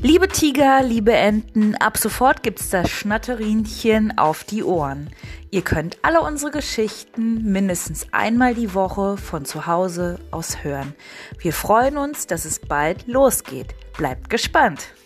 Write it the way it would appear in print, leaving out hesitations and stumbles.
Liebe Tiger, liebe Enten, ab sofort gibt's das Schnatterinchen auf die Ohren. Ihr könnt alle unsere Geschichten mindestens einmal die Woche von zu Hause aus hören. Wir freuen uns, dass es bald losgeht. Bleibt gespannt!